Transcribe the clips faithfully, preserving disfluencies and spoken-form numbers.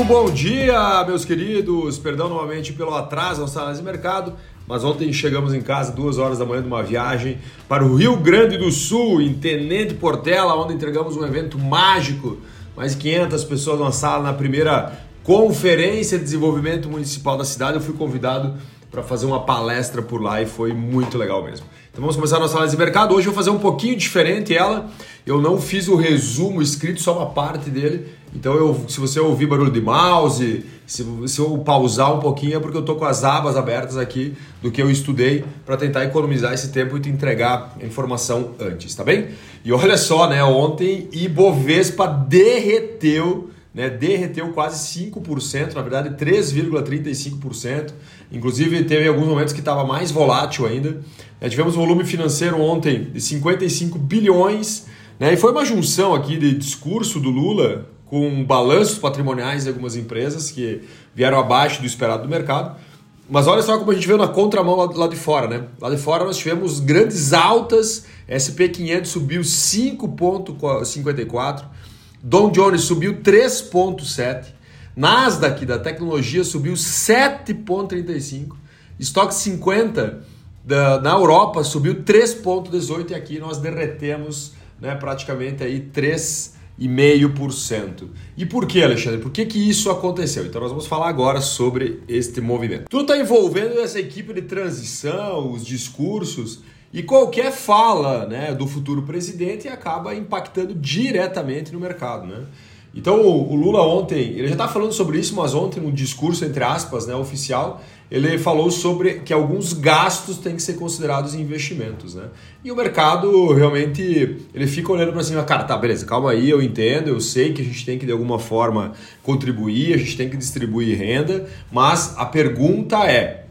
bom dia, meus queridos. Perdão novamente pelo atraso na análise de mercado, mas ontem chegamos em casa duas horas da manhã de uma viagem para o Rio Grande do Sul, em Tenente Portela, onde entregamos um evento mágico. Mais de quinhentas pessoas na sala na primeira Conferência de Desenvolvimento Municipal da cidade. Eu fui convidado para fazer uma palestra por lá e foi muito legal mesmo. Então vamos começar a nossa análise de mercado. Hoje eu vou fazer um pouquinho diferente ela. Eu não fiz o resumo escrito, só uma parte dele. Então eu, se você ouvir barulho de mouse, se, se eu pausar um pouquinho é porque eu estou com as abas abertas aqui do que eu estudei para tentar economizar esse tempo e te entregar a informação antes, tá bem? E olha só, né? Ontem Ibovespa derreteu, né? Derreteu quase cinco por cento, na verdade três vírgula trinta e cinco por cento. Inclusive teve alguns momentos que estava mais volátil ainda. É, tivemos um volume financeiro ontem de cinquenta e cinco bilhões, né? E foi uma junção aqui de discurso do Lula com balanços patrimoniais de algumas empresas que vieram abaixo do esperado do mercado. Mas olha só como a gente viu na contramão lá, lá de fora, né? Lá de fora nós tivemos grandes altas, S P quinhentos subiu cinco vírgula cinquenta e quatro, Dow Jones subiu três vírgula sete, Nasdaq da tecnologia subiu sete vírgula trinta e cinco, Stock cinquenta da, na Europa subiu três vírgula dezoito e aqui nós derretemos, né, praticamente aí três vírgula cinco por cento. E por que, Alexandre? Por que, que isso aconteceu? Então nós vamos falar agora sobre este movimento. Tudo está envolvendo essa equipe de transição, os discursos e qualquer fala, né, do futuro presidente acaba impactando diretamente no mercado, né? Então o Lula ontem, ele já está falando sobre isso, mas ontem no discurso, entre aspas, né, oficial, ele falou sobre que alguns gastos têm que ser considerados investimentos, né? E o mercado realmente, ele fica olhando para cima, cara, tá, beleza, calma aí, eu entendo, eu sei que a gente tem que de alguma forma contribuir, a gente tem que distribuir renda, mas a pergunta é,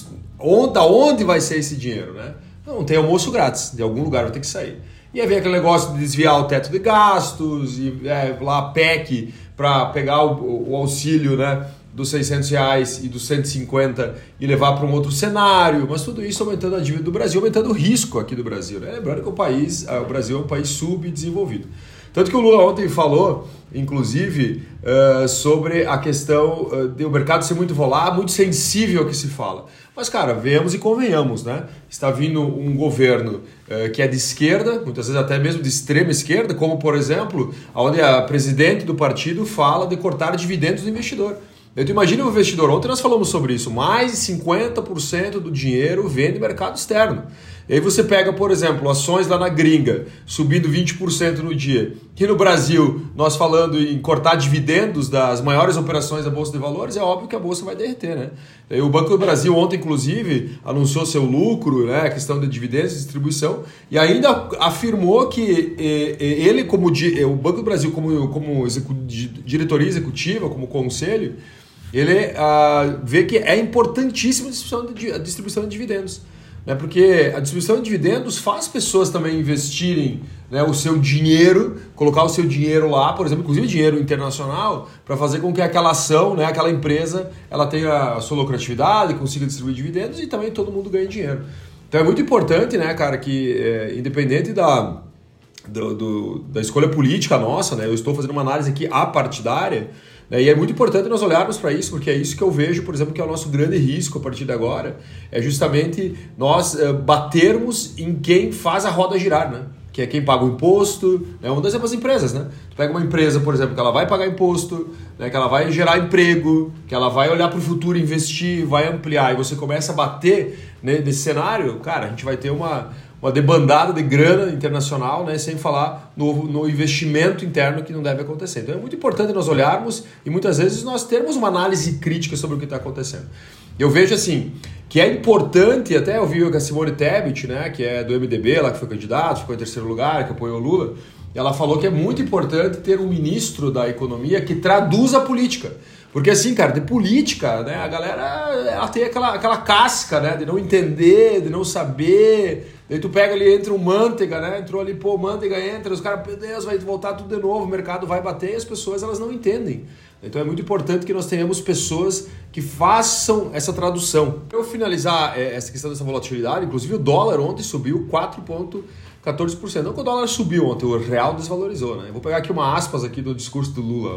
onde, onde vai ser esse dinheiro, né? Não tem almoço grátis, de algum lugar vai ter que sair. E aí vem aquele negócio de desviar o teto de gastos, e é, lá a P E C para pegar o, o auxílio, né, dos seiscentos reais e dos cento e cinquenta e levar para um outro cenário, mas tudo isso aumentando a dívida do Brasil, aumentando o risco aqui do Brasil, né? Lembrando que o, país, o Brasil é um país subdesenvolvido. Tanto que o Lula ontem falou, inclusive, uh, sobre a questão uh, de o mercado ser muito volátil, muito sensível ao que se fala. Mas, cara, venhamos e convenhamos, né? Está vindo um governo uh, que é de esquerda, muitas vezes até mesmo de extrema esquerda, como, por exemplo, onde a presidente do partido fala de cortar dividendos do investidor. Então imagina o investidor, ontem nós falamos sobre isso, mais de cinquenta por cento do dinheiro vem do mercado externo. E aí você pega, por exemplo, ações lá na gringa, subindo vinte por cento no dia. Aqui no Brasil, nós falando em cortar dividendos das maiores operações da Bolsa de Valores, é óbvio que a Bolsa vai derreter, né? E o Banco do Brasil ontem, inclusive, anunciou seu lucro, né, a questão de dividendos e distribuição, e ainda afirmou que ele, como o Banco do Brasil, como, como execu, diretoria executiva, como conselho, ele uh, vê que é importantíssima a distribuição de, a distribuição de dividendos. Né? Porque a distribuição de dividendos faz pessoas também investirem, né, o seu dinheiro, colocar o seu dinheiro lá, por exemplo, inclusive dinheiro internacional, para fazer com que aquela ação, né, aquela empresa, ela tenha a sua lucratividade, consiga distribuir dividendos e também todo mundo ganhe dinheiro. Então é muito importante, né, cara, que é, independente da, do, do, da escolha política nossa, né, eu estou fazendo uma análise aqui apartidária, e é muito importante nós olharmos para isso, porque é isso que eu vejo, por exemplo, que é o nosso grande risco a partir de agora, é justamente nós uh, batermos em quem faz a roda girar, né? Que é quem paga o imposto, né? Uma das as empresas, né? Tu pega uma empresa, por exemplo, que ela vai pagar imposto, né? Que ela vai gerar emprego, que ela vai olhar para o futuro, investir, vai ampliar, e você começa a bater, né, nesse cenário, cara, a gente vai ter uma... uma debandada de grana internacional, né, sem falar no, no investimento interno que não deve acontecer. Então é muito importante nós olharmos e muitas vezes nós termos uma análise crítica sobre o que está acontecendo. Eu vejo assim, que é importante, até eu vi a Simone Tebet, né, que é do M D B, ela que foi candidato, ficou em terceiro lugar, que apoiou o Lula, ela falou que é muito importante ter um ministro da economia que traduza a política. Porque assim, cara, de política, né, a galera ela tem aquela, aquela casca, né, de não entender, de não saber. Daí tu pega ali, entra um Manteiga, né, entrou ali, pô, Manteiga entra, os caras, meu Deus, vai voltar tudo de novo, o mercado vai bater e as pessoas elas não entendem. Então é muito importante que nós tenhamos pessoas que façam essa tradução. Para eu finalizar essa questão dessa volatilidade, inclusive o dólar ontem subiu quatro vírgula quatorze por cento. Não que o dólar subiu ontem, o real desvalorizou, né? Eu vou pegar aqui uma aspas aqui do discurso do Lula.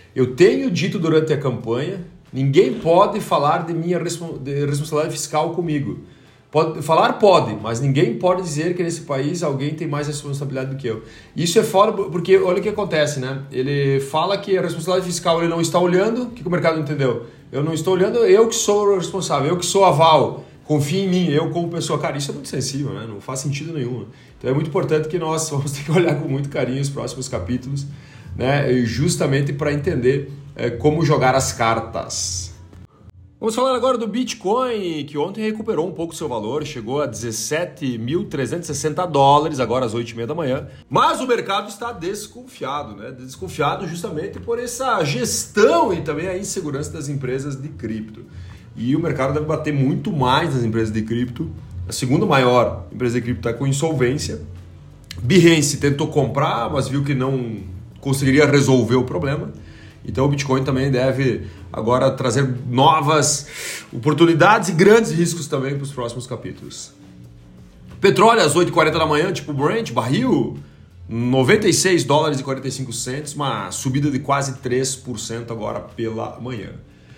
Eu tenho dito durante a campanha, ninguém pode falar de minha de responsabilidade fiscal comigo. Pode, falar pode, mas ninguém pode dizer que nesse país alguém tem mais responsabilidade do que eu. Isso é foda porque olha o que acontece, né? Ele fala que a responsabilidade fiscal ele não está olhando, o que o mercado entendeu? Eu não estou olhando, eu que sou o responsável, eu que sou aval, confia em mim, eu como pessoa. Cara, isso é muito sensível, né? Não faz sentido nenhum. Então é muito importante que nós vamos ter que olhar com muito carinho os próximos capítulos, né? Justamente para entender é, como jogar as cartas. Vamos falar agora do Bitcoin, que ontem recuperou um pouco seu valor, chegou a dezessete mil trezentos e sessenta dólares, agora às oito e meia da manhã. Mas o mercado está desconfiado, né? Desconfiado justamente por essa gestão e também a insegurança das empresas de cripto. E o mercado deve bater muito mais nas empresas de cripto. A segunda maior empresa de cripto está com insolvência. Behance tentou comprar, mas viu que não conseguiria resolver o problema. Então o Bitcoin também deve agora trazer novas oportunidades e grandes riscos também para os próximos capítulos. Petróleo às oito e quarenta da manhã, tipo Brent, barril, noventa e seis dólares e quarenta e cinco centavos, uma subida de quase três por cento agora pela manhã.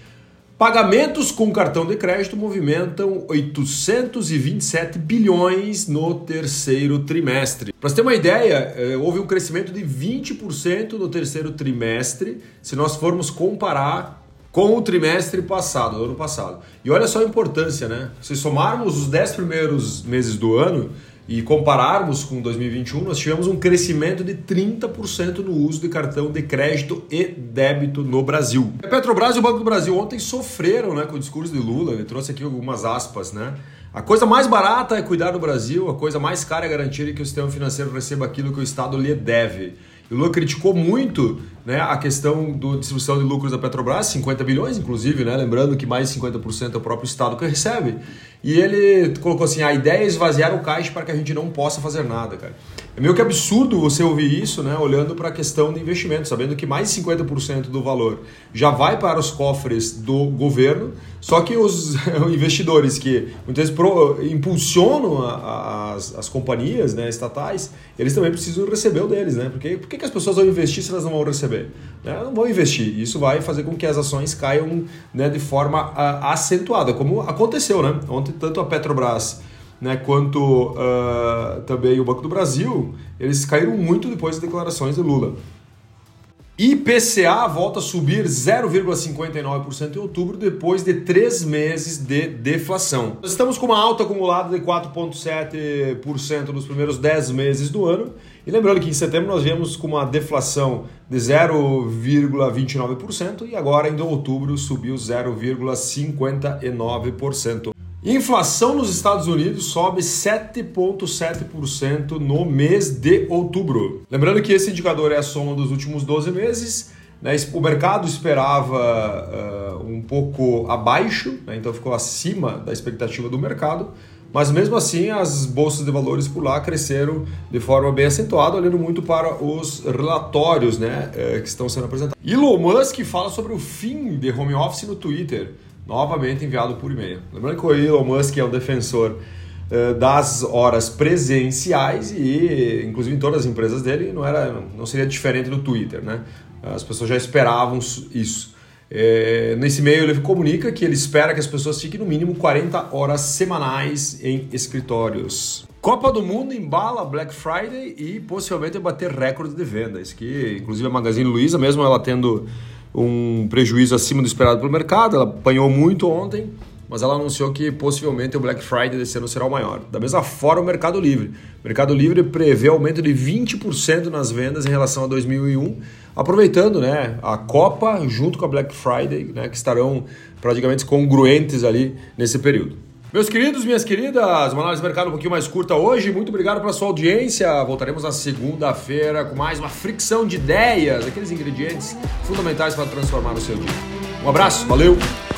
Pagamentos com cartão de crédito movimentam oitocentos e vinte e sete bilhões no terceiro trimestre. Para você ter uma ideia, houve um crescimento de vinte por cento no terceiro trimestre, se nós formos comparar com o trimestre passado, do ano passado. E olha só a importância, né? Se somarmos os dez primeiros meses do ano e compararmos com dois mil e vinte e um, nós tivemos um crescimento de trinta por cento no uso de cartão de crédito e débito no Brasil. A Petrobras e o Banco do Brasil ontem sofreram, né, com o discurso de Lula, ele trouxe aqui algumas aspas, né? A coisa mais barata é cuidar do Brasil, a coisa mais cara é garantir que o sistema financeiro receba aquilo que o Estado lhe deve. O Lula criticou muito, né, a questão da distribuição de lucros da Petrobras, cinquenta bilhões inclusive, né, lembrando que mais de cinquenta por cento é o próprio Estado que recebe. E ele colocou assim, a ideia é esvaziar o caixa para que a gente não possa fazer nada, cara. É meio que absurdo você ouvir isso, né, olhando para a questão de investimento, sabendo que mais de cinquenta por cento do valor já vai para os cofres do governo, só que os investidores que muitas vezes pro, impulsionam a, a, as, as companhias, né, estatais, eles também precisam receber o deles, né? Porque por que as pessoas vão investir se elas não vão receber? Né? Não vão investir. Isso vai fazer com que as ações caiam, né, de forma a, acentuada, como aconteceu, né? Ontem tanto a Petrobras, né, quanto uh, também o Banco do Brasil, eles caíram muito depois das declarações de Lula. I P C A volta a subir zero vírgula cinquenta e nove por cento em outubro depois de três meses de deflação. Nós estamos com uma alta acumulada de quatro vírgula sete por cento nos primeiros dez meses do ano. E lembrando que em setembro nós viemos com uma deflação de zero vírgula vinte e nove por cento e agora em outubro subiu zero vírgula cinquenta e nove por cento. Inflação nos Estados Unidos sobe sete vírgula sete por cento no mês de outubro. Lembrando que esse indicador é a soma dos últimos doze meses, né? O mercado esperava uh, um pouco abaixo, né? Então ficou acima da expectativa do mercado, mas mesmo assim as bolsas de valores por lá cresceram de forma bem acentuada, olhando muito para os relatórios, né, que estão sendo apresentados. Elon Musk fala sobre o fim de home office no Twitter, novamente enviado por e-mail. Lembrando que o Elon Musk é um defensor uh, das horas presenciais e, inclusive, em todas as empresas dele, não, era, não seria diferente do Twitter, né? As pessoas já esperavam isso. É, nesse e-mail ele comunica que ele espera que as pessoas fiquem no mínimo quarenta horas semanais em escritórios. Copa do Mundo embala Black Friday e possivelmente bater recordes de vendas, que inclusive a Magazine Luiza, mesmo ela tendo um prejuízo acima do esperado pelo mercado, ela apanhou muito ontem, mas ela anunciou que possivelmente o Black Friday desse ano será o maior. Da mesma forma o Mercado Livre. O Mercado Livre prevê aumento de vinte por cento nas vendas em relação a dois mil e um, aproveitando, né, a Copa junto com a Black Friday, né, que estarão praticamente congruentes ali nesse período. Meus queridos, minhas queridas, uma análise de mercado um pouquinho mais curta hoje. Muito obrigado pela sua audiência. Voltaremos na segunda-feira com mais uma fricção de ideias, aqueles ingredientes fundamentais para transformar o seu dia. Um abraço, valeu!